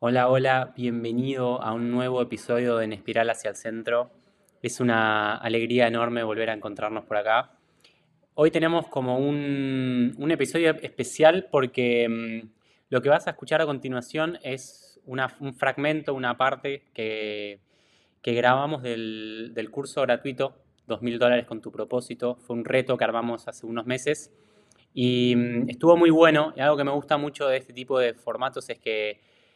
Hola, hola, bienvenido a un nuevo episodio de En Espiral hacia el Centro. Es una alegría enorme volver a encontrarnos por acá. Hoy tenemos como un episodio especial porque lo que vas a escuchar a continuación es un fragmento, una parte que grabamos del curso gratuito, $2000 con tu propósito. Fue un reto que armamos hace unos meses y estuvo muy bueno. Y algo que me gusta mucho de este tipo de formatos es que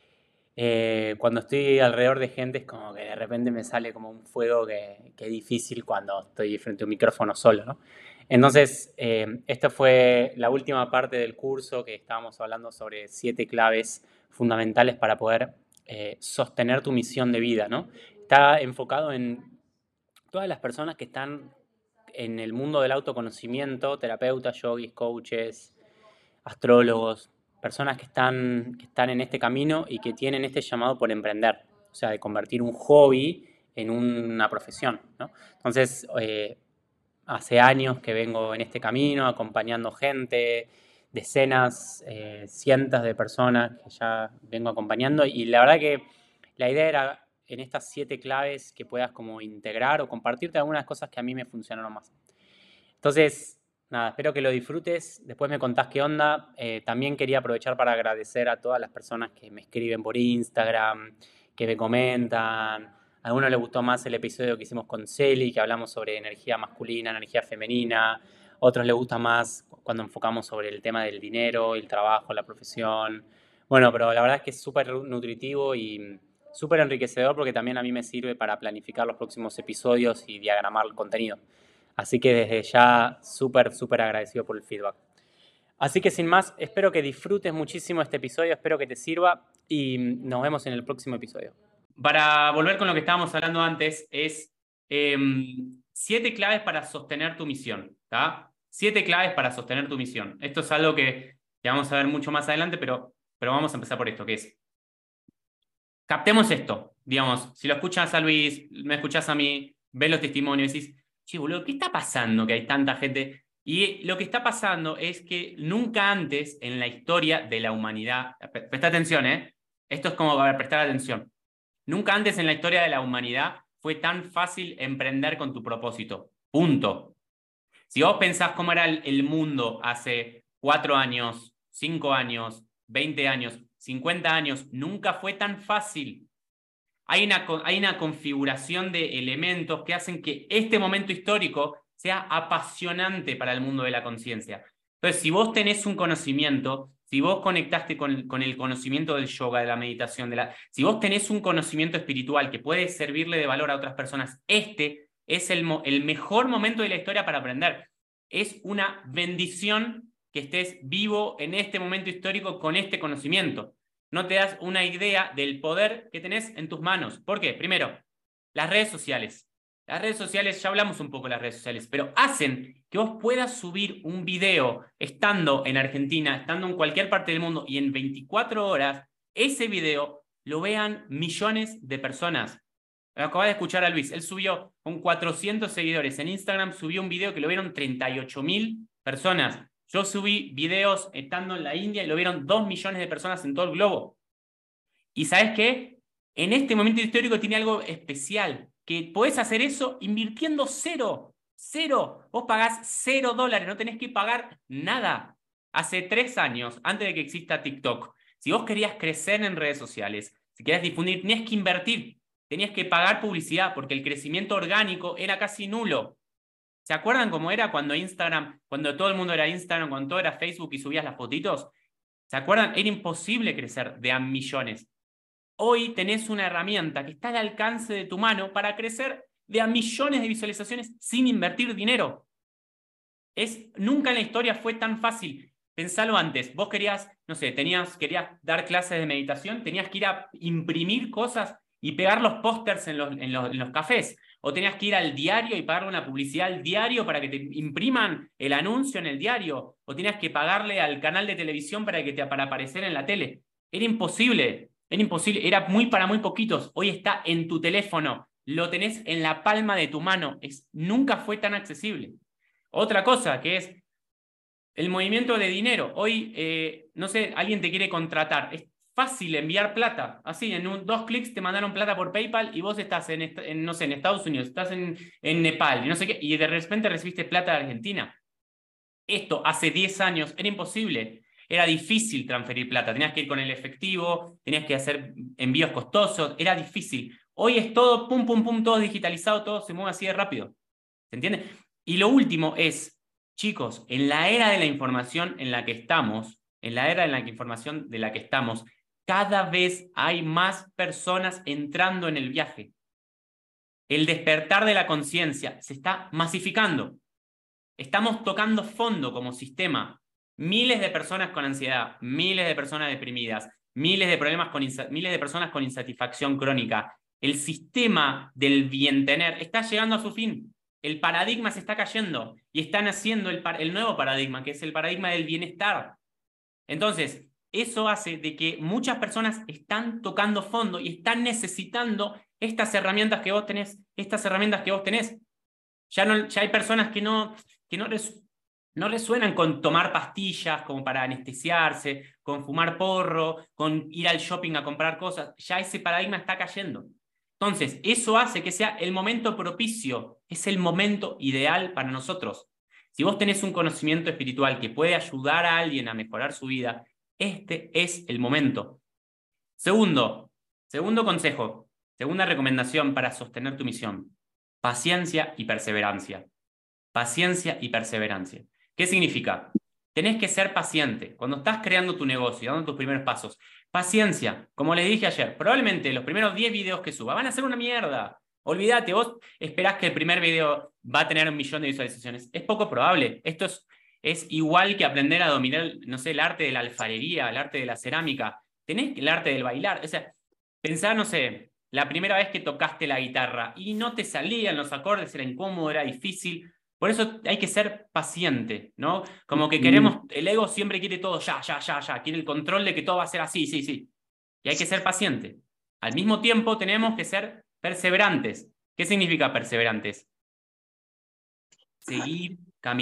cuando estoy alrededor de gente es como que de repente me sale como un fuego que es difícil cuando estoy frente a un micrófono solo, ¿no? Entonces, esta fue la última parte del curso que estábamos hablando sobre 7 claves fundamentales para poder sostener tu misión de vida, ¿no? Está enfocado en todas las personas que están en el mundo del autoconocimiento, terapeutas, yogis, coaches, astrólogos, personas que están en este camino y que tienen este llamado por emprender, o sea, de convertir un hobby en una profesión, ¿no? Entonces, hace años que vengo en este camino acompañando gente, decenas, cientos de personas que ya vengo acompañando y la verdad que la idea era en estas 7 claves que puedas como integrar o compartirte algunas cosas que a mí me funcionaron más. Entonces, nada, espero que lo disfrutes. Después me contás qué onda. También quería aprovechar para agradecer a todas las personas que me escriben por Instagram, que me comentan. A algunos les gustó más el episodio que hicimos con Celi, que hablamos sobre energía masculina, energía femenina. Otros les gusta más cuando enfocamos sobre el tema del dinero, el trabajo, la profesión. Bueno, pero la verdad es que es súper nutritivo y súper enriquecedor porque también a mí me sirve para planificar los próximos episodios y diagramar el contenido. Así que desde ya súper, súper agradecido por el feedback. Así que sin más, espero que disfrutes muchísimo este episodio, espero que te sirva y nos vemos en el próximo episodio. Para volver con lo que estábamos hablando antes, es 7 claves para sostener tu misión, ¿tá? 7 claves para sostener tu misión. Esto es algo que vamos a ver mucho más adelante, pero vamos a empezar por esto, que es, captemos esto, digamos, si lo escuchas a Luis, me escuchás a mí, ves los testimonios y decís, che, boludo, ¿qué está pasando que hay tanta gente? Y lo que está pasando es que nunca antes en la historia de la humanidad, presta atención, ¿eh? Esto es como, a ver, prestar atención. Nunca antes en la historia de la humanidad fue tan fácil emprender con tu propósito. Punto. Si vos pensás cómo era el mundo hace 4 años, 5 años, 20 años, 50 años, nunca fue tan fácil. Hay una configuración de elementos que hacen que este momento histórico sea apasionante para el mundo de la conciencia. Entonces, si vos tenés un conocimiento, si vos conectaste con el conocimiento del yoga, de la meditación, si vos tenés un conocimiento espiritual que puede servirle de valor a otras personas, este es el mejor momento de la historia para aprender. Es una bendición que estés vivo en este momento histórico con este conocimiento. No te das una idea del poder que tenés en tus manos. ¿Por qué? Primero, las redes sociales. Las redes sociales, ya hablamos un poco de las redes sociales, pero hacen que vos puedas subir un video estando en Argentina, estando en cualquier parte del mundo y en 24 horas, ese video lo vean millones de personas. Acabas de escuchar a Luis, él subió con 400 seguidores en Instagram, subió un video que lo vieron 38.000 personas. Yo subí videos estando en la India y lo vieron 2 millones de personas en todo el globo. ¿Y sabes qué? En este momento histórico tiene algo especial, que podés hacer eso invirtiendo cero, cero. Vos pagás $0, no tenés que pagar nada. Hace 3 años, antes de que exista TikTok, si vos querías crecer en redes sociales, si querías difundir, tenías que invertir, tenías que pagar publicidad, porque el crecimiento orgánico era casi nulo. ¿Se acuerdan cómo era cuando Instagram, cuando todo el mundo era Instagram, cuando todo era Facebook y subías las fotitos? ¿Se acuerdan? Era imposible crecer de a millones. Hoy tenés una herramienta que está al alcance de tu mano para crecer de a millones de visualizaciones sin invertir dinero. Nunca en la historia fue tan fácil. Pensalo antes. Vos querías, no sé, querías dar clases de meditación, tenías que ir a imprimir cosas y pegar los pósters en los cafés. O tenías que ir al diario y pagarle una publicidad al diario para que te impriman el anuncio en el diario. O tenías que pagarle al canal de televisión para aparecer en la tele. Era imposible. Era imposible. Era para muy poquitos. Hoy está en tu teléfono. Lo tenés en la palma de tu mano. Nunca fue tan accesible. Otra cosa que es el movimiento de dinero. Hoy, no sé, alguien te quiere contratar. Es fácil enviar plata. Así, dos clics te mandaron plata por PayPal y vos estás no sé, en Estados Unidos, estás en Nepal, y no sé qué, y de repente recibiste plata de Argentina. Esto hace 10 años era imposible. Era difícil transferir plata. Tenías que ir con el efectivo, tenías que hacer envíos costosos, era difícil. Hoy es todo pum, pum, pum, todo digitalizado, todo se mueve así de rápido. ¿Se entiende? Y lo último es, chicos, en la era de la información en la que estamos, en la era de la información de la que estamos, cada vez hay más personas entrando en el viaje. El despertar de la conciencia se está masificando. Estamos tocando fondo como sistema. Miles de personas con ansiedad, miles de personas deprimidas, miles de problemas miles de personas con insatisfacción crónica. El sistema del bien tener está llegando a su fin. El paradigma se está cayendo y están haciendo el nuevo paradigma, que es el paradigma del bienestar. Entonces, eso hace de que muchas personas están tocando fondo y están necesitando estas herramientas que vos tenés, Ya hay personas que no resuenan con tomar pastillas como para anestesiarse, con fumar porro, con ir al shopping a comprar cosas. Ya ese paradigma está cayendo. Entonces, eso hace que sea el momento propicio, es el momento ideal para nosotros. Si vos tenés un conocimiento espiritual que puede ayudar a alguien a mejorar su vida, este es el momento. Segundo consejo, segunda recomendación para sostener tu misión: paciencia y perseverancia. Paciencia y perseverancia. ¿Qué significa? Tenés que ser paciente. Cuando estás creando tu negocio, dando tus primeros pasos, paciencia. Como les dije ayer, probablemente los primeros 10 videos que suba van a ser una mierda. Olvídate, vos esperás que el primer video va a tener 1 millón de visualizaciones. Es poco probable. Esto es igual que aprender a dominar, no sé, el arte de la alfarería, el arte de la cerámica. Tenés el arte del bailar. O sea, pensá, no sé, la primera vez que tocaste la guitarra y no te salían los acordes, era incómodo, era difícil. Por eso hay que ser paciente, ¿no? Como que queremos, el ego siempre quiere todo ya, quiere el control de que todo va a ser así, sí, sí. Y hay que ser paciente. Al mismo tiempo tenemos que ser perseverantes. ¿Qué significa perseverantes? Seguir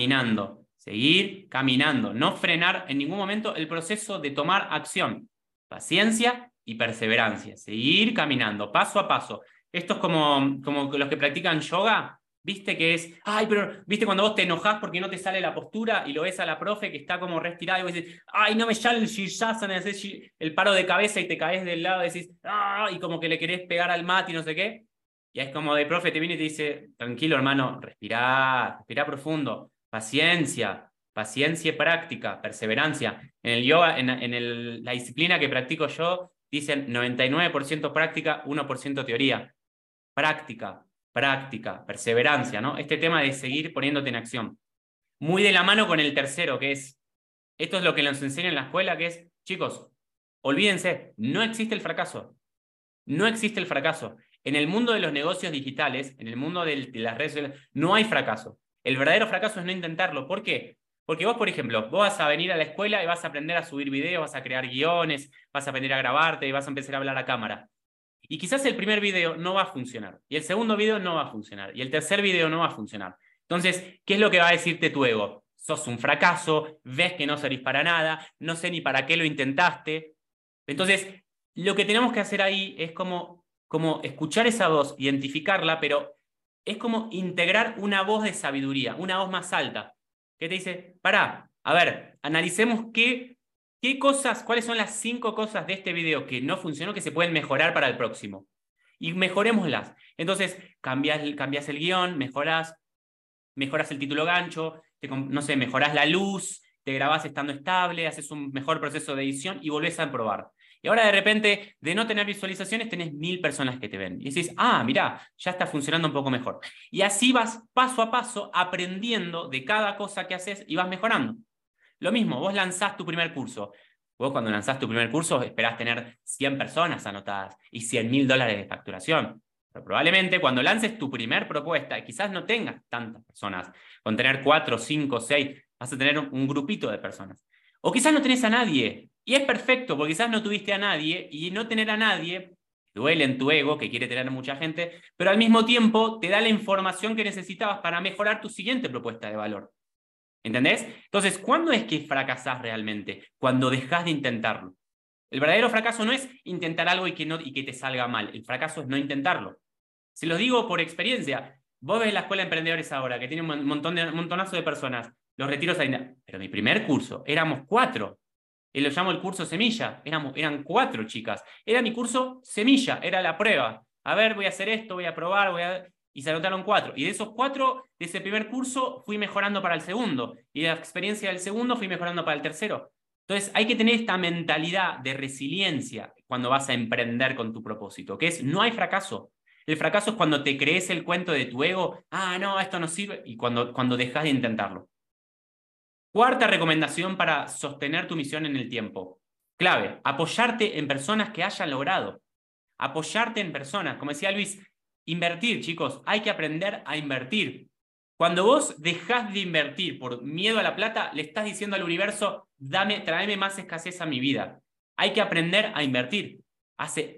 caminando, no frenar en ningún momento el proceso de tomar acción. Paciencia y perseverancia, seguir caminando, paso a paso. Esto es como los que practican yoga. ¿Viste que es? Ay, pero ¿viste cuando vos te enojás porque no te sale la postura y lo ves a la profe que está como retirada y vos decís, ay, no me sale el shirsasana, haces el paro de cabeza y te caes del lado y decís, ah, y como que le querés pegar al mat y no sé qué? Y es como de profe te viene y te dice, tranquilo hermano, respirá profundo, paciencia y práctica, perseverancia. En el yoga, la disciplina que practico yo, dicen 99% práctica, 1% teoría. Práctica, perseverancia, ¿no? Este tema de seguir poniéndote en acción. Muy de la mano con el tercero, que es, esto es lo que nos enseña en la escuela, que es, chicos, olvídense, no existe el fracaso. No existe el fracaso. En el mundo de los negocios digitales, en el mundo de las redes sociales, no hay fracaso. El verdadero fracaso es no intentarlo. ¿Por qué? Porque vos, por ejemplo, vos vas a venir a la escuela y vas a aprender a subir videos, vas a crear guiones, vas a aprender a grabarte y vas a empezar a hablar a cámara. Y quizás el primer video no va a funcionar, y el segundo video no va a funcionar, y el tercer video no va a funcionar. Entonces, ¿qué es lo que va a decirte tu ego? Sos un fracaso, ves que no servís para nada, no sé ni para qué lo intentaste. Entonces, lo que tenemos que hacer ahí es como escuchar esa voz, identificarla, pero es como integrar una voz de sabiduría, una voz más alta, que te dice, pará, a ver, analicemos cuáles son las 5 cosas de este video que no funcionó, que se pueden mejorar para el próximo. Y mejorémoslas. Entonces, cambias el guión, mejoras el título gancho, no sé, mejorás la luz, te grabás estando estable, haces un mejor proceso de edición y volvés a probar. Y ahora de repente, de no tener visualizaciones, tenés 1000 personas que te ven. Y decís, ah, mirá, ya está funcionando un poco mejor. Y así vas paso a paso aprendiendo de cada cosa que haces y vas mejorando. Lo mismo, vos lanzás tu primer curso. Vos cuando lanzás tu primer curso esperás tener 100 personas anotadas y $100.000 de facturación. Pero probablemente cuando lances tu primer propuesta, quizás no tengas tantas personas. Con tener 4, 5, 6, vas a tener un grupito de personas. O quizás no tenés a nadie. Y es perfecto, porque quizás no tuviste a nadie, y no tener a nadie duele en tu ego, que quiere tener mucha gente, pero al mismo tiempo te da la información que necesitabas para mejorar tu siguiente propuesta de valor. ¿Entendés? Entonces, ¿cuándo es que fracasás realmente? Cuando dejás de intentarlo. El verdadero fracaso no es intentar algo y que te salga mal. El fracaso es no intentarlo. Se los digo por experiencia. Vos ves la escuela de emprendedores ahora, que tiene un montonazo de personas, los retiros ahí. Pero mi primer curso, éramos 4. Y lo llamo el curso semilla. Eran 4 chicas. Era mi curso semilla, era la prueba. A ver, voy a hacer esto, voy a probar, y se anotaron 4. Y de esos 4, de ese primer curso, fui mejorando para el segundo. Y de la experiencia del segundo, fui mejorando para el tercero. Entonces, hay que tener esta mentalidad de resiliencia cuando vas a emprender con tu propósito, que es, no hay fracaso. El fracaso es cuando te crees el cuento de tu ego, no, esto no sirve, y cuando dejas de intentarlo. Cuarta recomendación para sostener tu misión en el tiempo. Clave, apoyarte en personas que hayan logrado. Apoyarte en personas. Como decía Luis, invertir, chicos. Hay que aprender a invertir. Cuando vos dejás de invertir por miedo a la plata, le estás diciendo al universo, tráeme más escasez a mi vida. Hay que aprender a invertir. Hace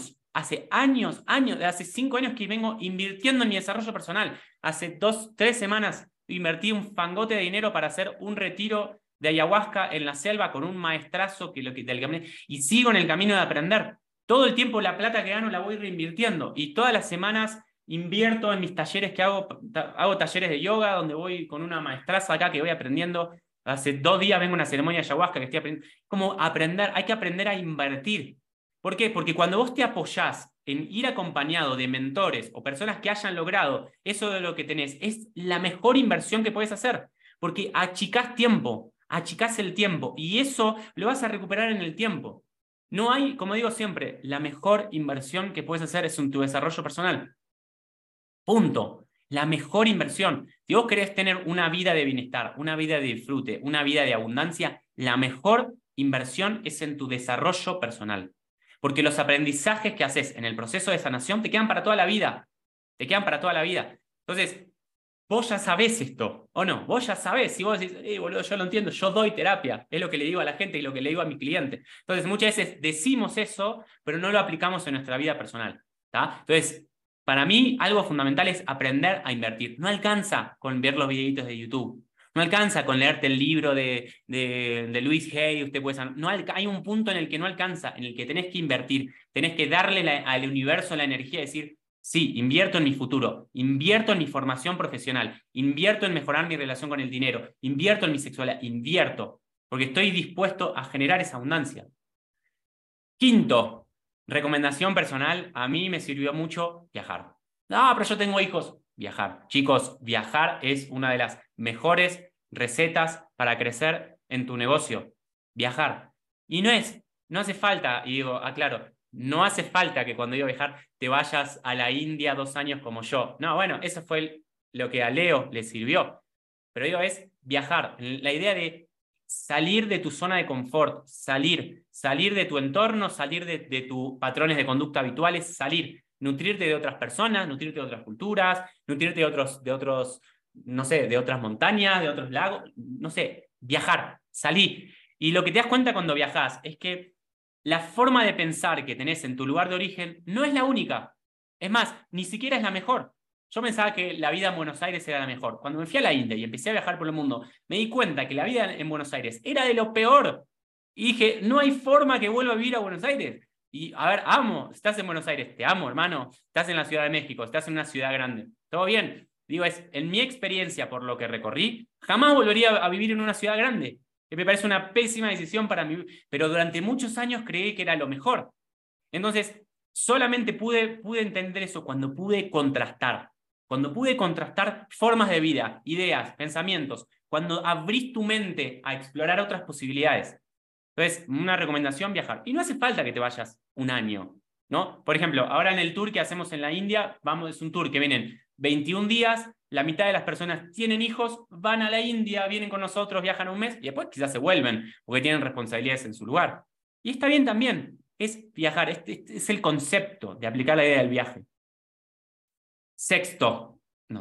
5 años que vengo invirtiendo en mi desarrollo personal. Hace 3 semanas invertí un fangote de dinero para hacer un retiro de ayahuasca en la selva con un maestrazo y sigo en el camino de aprender. Todo el tiempo la plata que gano la voy reinvirtiendo y todas las semanas invierto en mis talleres que hago talleres de yoga donde voy con una maestraza acá que voy aprendiendo. Hace 2 días vengo a una ceremonia de ayahuasca que estoy aprendiendo. Como aprender, hay que aprender a invertir. ¿Por qué? Porque cuando vos te apoyás en ir acompañado de mentores o personas que hayan logrado eso de lo que tenés, es la mejor inversión que puedes hacer. Porque achicás tiempo, achicás el tiempo y eso lo vas a recuperar en el tiempo. No hay, como digo siempre, la mejor inversión que puedes hacer es en tu desarrollo personal. Punto. La mejor inversión. Si vos querés tener una vida de bienestar, una vida de disfrute, una vida de abundancia, la mejor inversión es en tu desarrollo personal. Porque los aprendizajes que haces en el proceso de sanación te quedan para toda la vida. Te quedan para toda la vida. Entonces, vos ya sabés esto, ¿o no? Vos ya sabés. Si vos decís, boludo, yo lo entiendo, yo doy terapia. Es lo que le digo a la gente y lo que le digo a mi cliente. Entonces, muchas veces decimos eso, pero no lo aplicamos en nuestra vida personal. ¿Tá? Entonces, para mí, algo fundamental es aprender a invertir. No alcanza con ver los videitos de YouTube. No alcanza con leerte el libro de Luis Hay. Usted puede saber. No hay un punto en el que no alcanza, en el que tenés que invertir. Tenés que darle al universo la energía de decir, sí, invierto en mi futuro, invierto en mi formación profesional, invierto en mejorar mi relación con el dinero, invierto en mi sexualidad, invierto, porque estoy dispuesto a generar esa abundancia. Quinto, recomendación personal, a mí me sirvió mucho viajar. No, pero yo tengo hijos. Viajar. Chicos, viajar es una de las mejores recetas para crecer en tu negocio. Viajar. Y no hace falta, y digo, aclaro, no hace falta que cuando digo viajar te vayas a la India 2 años como yo. No, bueno, eso fue lo que a Leo le sirvió. Pero digo, es viajar. La idea de salir de tu zona de confort, salir de tu entorno, salir de tus patrones de conducta habituales, nutrirte de otras personas, nutrirte de otras culturas, nutrirte de otros, no sé, de otras montañas, de otros lagos, no sé, viajar, salir. Y lo que te das cuenta cuando viajas es que la forma de pensar que tenés en tu lugar de origen no es la única. Es más, ni siquiera es la mejor. Yo pensaba que la vida en Buenos Aires era la mejor. Cuando me fui a la India y empecé a viajar por el mundo, me di cuenta que la vida en Buenos Aires era de lo peor. Y dije, no hay forma que vuelva a vivir a Buenos Aires. Y a ver, estás en Buenos Aires, te amo, hermano. Estás en la Ciudad de México, estás en una ciudad grande. ¿Todo bien? Digo, en mi experiencia, por lo que recorrí, jamás volvería a vivir en una ciudad grande. Que me parece una pésima decisión para mí, pero durante muchos años creí que era lo mejor. Entonces, solamente pude entender eso cuando pude contrastar. Cuando pude contrastar formas de vida, ideas, pensamientos, cuando abrís tu mente a explorar otras posibilidades. Entonces, una recomendación, viajar. Y no hace falta que te vayas un año, ¿no? Por ejemplo, ahora en el tour que hacemos en la India, es un tour que vienen 21 días, la mitad de las personas tienen hijos, van a la India, vienen con nosotros, viajan un mes y después quizás se vuelven porque tienen responsabilidades en su lugar. Y está bien también, es viajar, este es el concepto de aplicar la idea del viaje. Sexto.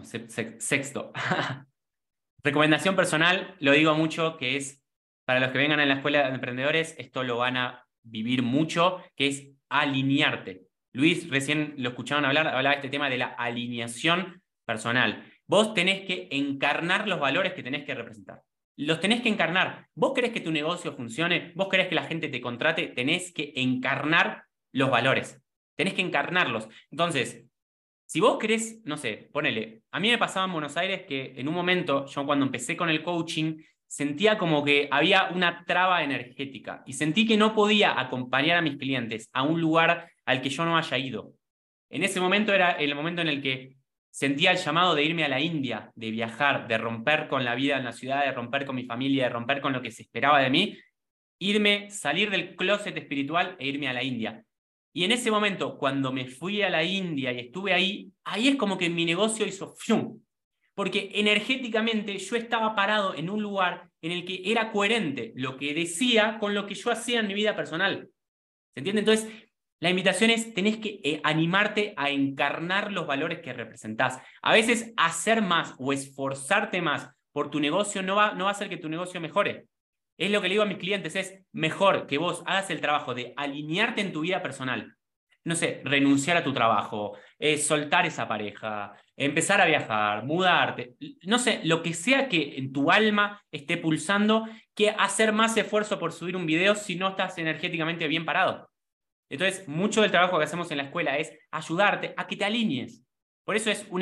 Recomendación personal, lo digo mucho, que es para los que vengan a la escuela de emprendedores, esto lo van a vivir mucho, que es alinearte. Luis, recién lo escucharon hablar, hablaba de este tema de la alineación personal. Vos tenés que encarnar los valores que tenés que representar. los tenés que encarnar. Vos querés que tu negocio funcione, vos querés que la gente te contrate, tenés que encarnar los valores. Tenés que encarnarlos. Entonces, si vos querés, no sé, ponele, a mí me pasaba en Buenos Aires que en un momento, yo cuando empecé con el coaching, sentía como que había una traba energética y sentí que no podía acompañar a mis clientes a un lugar al que yo no haya ido. En ese momento era el momento en el que sentía el llamado de irme a la India, de viajar, de romper con la vida en la ciudad, de romper con mi familia, de romper con lo que se esperaba de mí, irme, salir del closet espiritual e irme a la India. Y en ese momento, cuando me fui a la India y estuve ahí, ahí es como que mi negocio hizo ¡fium! Porque energéticamente yo estaba parado en un lugar en el que era coherente lo que decía con lo que yo hacía en mi vida personal. ¿Se entiende? Entonces, la invitación es, tenés que animarte a encarnar los valores que representás. A veces hacer más o esforzarte más por tu negocio no va a hacer que tu negocio mejore. Es lo que le digo a mis clientes, es mejor que vos hagas el trabajo de alinearte en tu vida personal. No sé, renunciar a tu trabajo, soltar esa pareja, empezar a viajar, mudarte, no sé, lo que sea que en tu alma esté pulsando, que hacer más esfuerzo por subir un video si no estás energéticamente bien parado. Entonces, mucho del trabajo que hacemos en la escuela es ayudarte a que te alinees. Por eso es un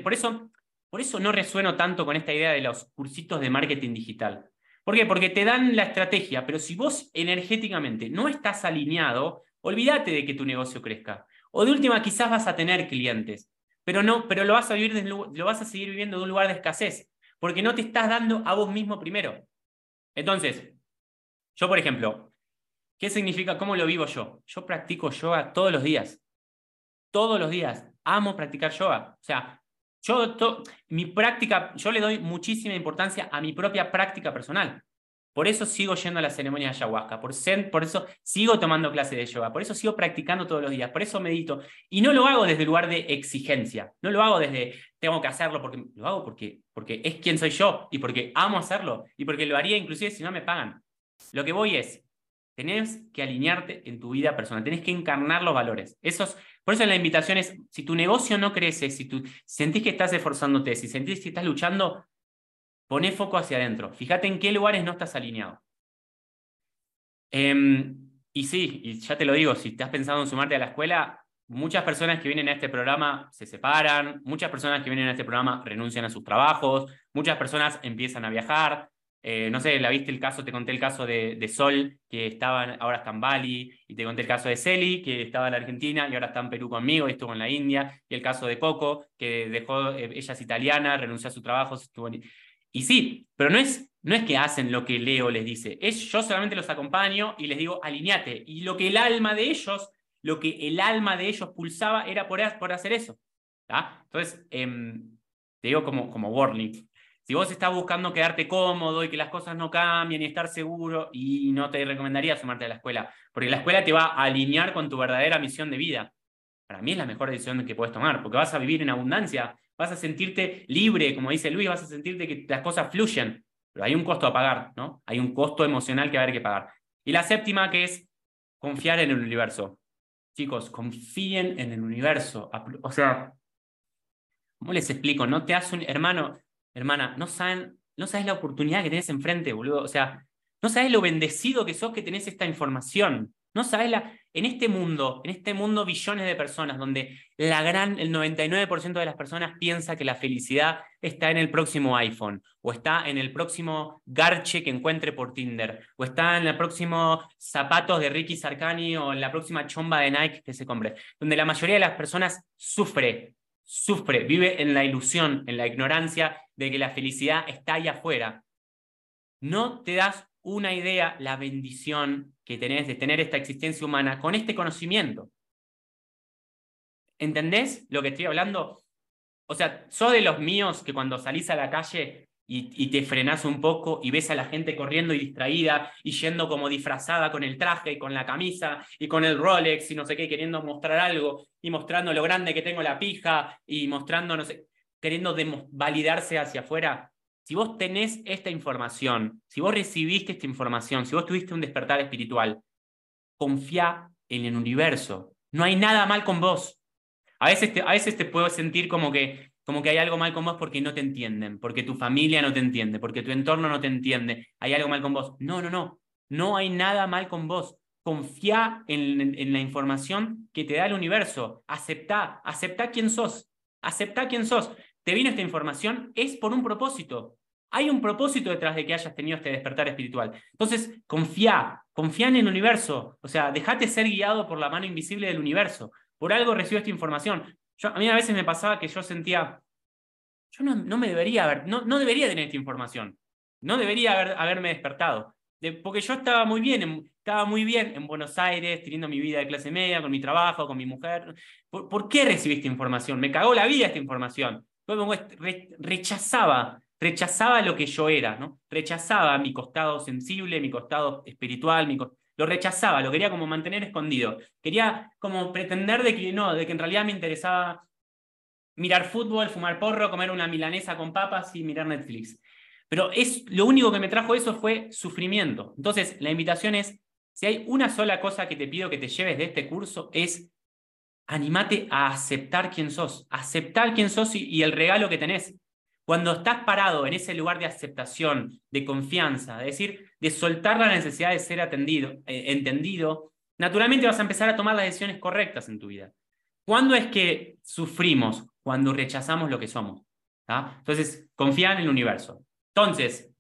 por eso no resueno tanto con esta idea de los cursitos de marketing digital. ¿Por qué? Porque te dan la estrategia, pero si vos energéticamente no estás alineado, olvídate de que tu negocio crezca. O de última, quizás vas a tener clientes, pero lo vas a lo vas a seguir viviendo de un lugar de escasez, porque no te estás dando a vos mismo primero. Entonces, yo, por ejemplo, ¿qué significa? ¿Cómo lo vivo yo? Yo practico yoga todos los días. Todos los días. Amo practicar yoga. O sea, mi práctica, yo le doy muchísima importancia a mi propia práctica personal. Por eso sigo yendo a la ceremonia de ayahuasca, por eso sigo tomando clases de yoga, por eso sigo practicando todos los días, por eso medito. Y no lo hago desde el lugar de exigencia, no lo hago desde tengo que hacerlo, lo hago porque es quien soy yo y porque amo hacerlo y porque lo haría inclusive si no me pagan. Lo que voy es, tenés que alinearte en tu vida personal, tenés que encarnar los valores. Por eso la invitación es, si tu negocio no crece, si tú sentís que estás esforzándote, si sentís que estás luchando, poné foco hacia adentro. Fíjate en qué lugares no estás alineado. Y sí, y ya te lo digo, si estás pensando en sumarte a la escuela, muchas personas que vienen a este programa se separan, muchas personas que vienen a este programa renuncian a sus trabajos, muchas personas empiezan a viajar. No sé, la viste el caso, te conté el caso de Sol, que ahora está en Bali, y te conté el caso de Celi, que estaba en la Argentina y ahora está en Perú conmigo y estuvo en la India, y el caso de Coco, que dejó, ella es italiana, renunció a su trabajo, estuvo y sí, pero no es que hacen lo que Leo les dice, yo solamente los acompaño y les digo, alineate. Y lo que el alma de ellos pulsaba era por hacer eso. ¿Tá? Entonces, te digo como warning. Si vos estás buscando quedarte cómodo y que las cosas no cambien y estar seguro, y no te recomendaría sumarte a la escuela, porque la escuela te va a alinear con tu verdadera misión de vida. Para mí es la mejor decisión que puedes tomar, porque vas a vivir en abundancia, vas a sentirte libre, como dice Luis, vas a sentirte que las cosas fluyen, pero hay un costo a pagar, ¿no? Hay un costo emocional que va a haber que pagar. Y la séptima, que es confiar en el universo. Chicos, confíen en el universo. O sea, ¿cómo les explico? No te hace un hermano, hermana, no sabes la oportunidad que tenés enfrente, boludo. O sea, no sabes lo bendecido que sos que tenés esta información. No sabes en este mundo, billones de personas, donde el 99% de las personas piensa que la felicidad está en el próximo iPhone, o está en el próximo garche que encuentre por Tinder, o está en el próximo zapatos de Ricky Sarkani, o en la próxima chomba de Nike que se compre, donde la mayoría de las personas vive en la ilusión, en la ignorancia de que la felicidad está ahí afuera. No te das una idea la bendición que tenés de tener esta existencia humana con este conocimiento. ¿Entendés lo que estoy hablando? O sea, sos de los míos que cuando salís a la calle y te frenás un poco y ves a la gente corriendo y distraída y yendo como disfrazada con el traje y con la camisa y con el Rolex y no sé qué, queriendo mostrar algo y mostrando lo grande que tengo la pija y mostrando, no sé, queriendo validarse hacia afuera. Si vos tenés esta información, si vos recibiste esta información, si vos tuviste un despertar espiritual, confía en el universo. No hay nada mal con vos. A veces te puedo sentir como que como que hay algo mal con vos porque no te entienden, porque tu familia no te entiende, porque tu entorno no te entiende, hay algo mal con vos. No, no, no, no hay nada mal con vos. Confía en la información que te da el universo. Aceptá quién sos. Aceptá quién sos. Te vino esta información, es por un propósito. Hay un propósito detrás de que hayas tenido este despertar espiritual. Entonces, confía en el universo. O sea, dejate ser guiado por la mano invisible del universo. Por algo recibo esta información. A mí a veces me pasaba que yo sentía, yo no me debería haber, no debería tener esta información. No debería haberme despertado. Porque yo estaba muy bien en Buenos Aires, teniendo mi vida de clase media, con mi trabajo, con mi mujer. ¿Por qué recibí esta información? Me cagó la vida esta información. Rechazaba lo que yo era, ¿no? Rechazaba mi costado sensible, mi costado espiritual, lo rechazaba, lo quería como mantener escondido. Quería como pretender de que no, de que en realidad me interesaba mirar fútbol, fumar porro, comer una milanesa con papas y mirar Netflix. Pero lo único que me trajo eso fue sufrimiento. Entonces, la invitación es, si hay una sola cosa que te pido que te lleves de este curso, es animate a aceptar quién sos y el regalo que tenés. Cuando estás parado en ese lugar de aceptación, de confianza, es decir, de soltar la necesidad de ser entendido, naturalmente vas a empezar a tomar las decisiones correctas en tu vida. ¿Cuándo es que sufrimos? Cuando rechazamos lo que somos. ¿tá? Entonces, confía en el universo. Entonces,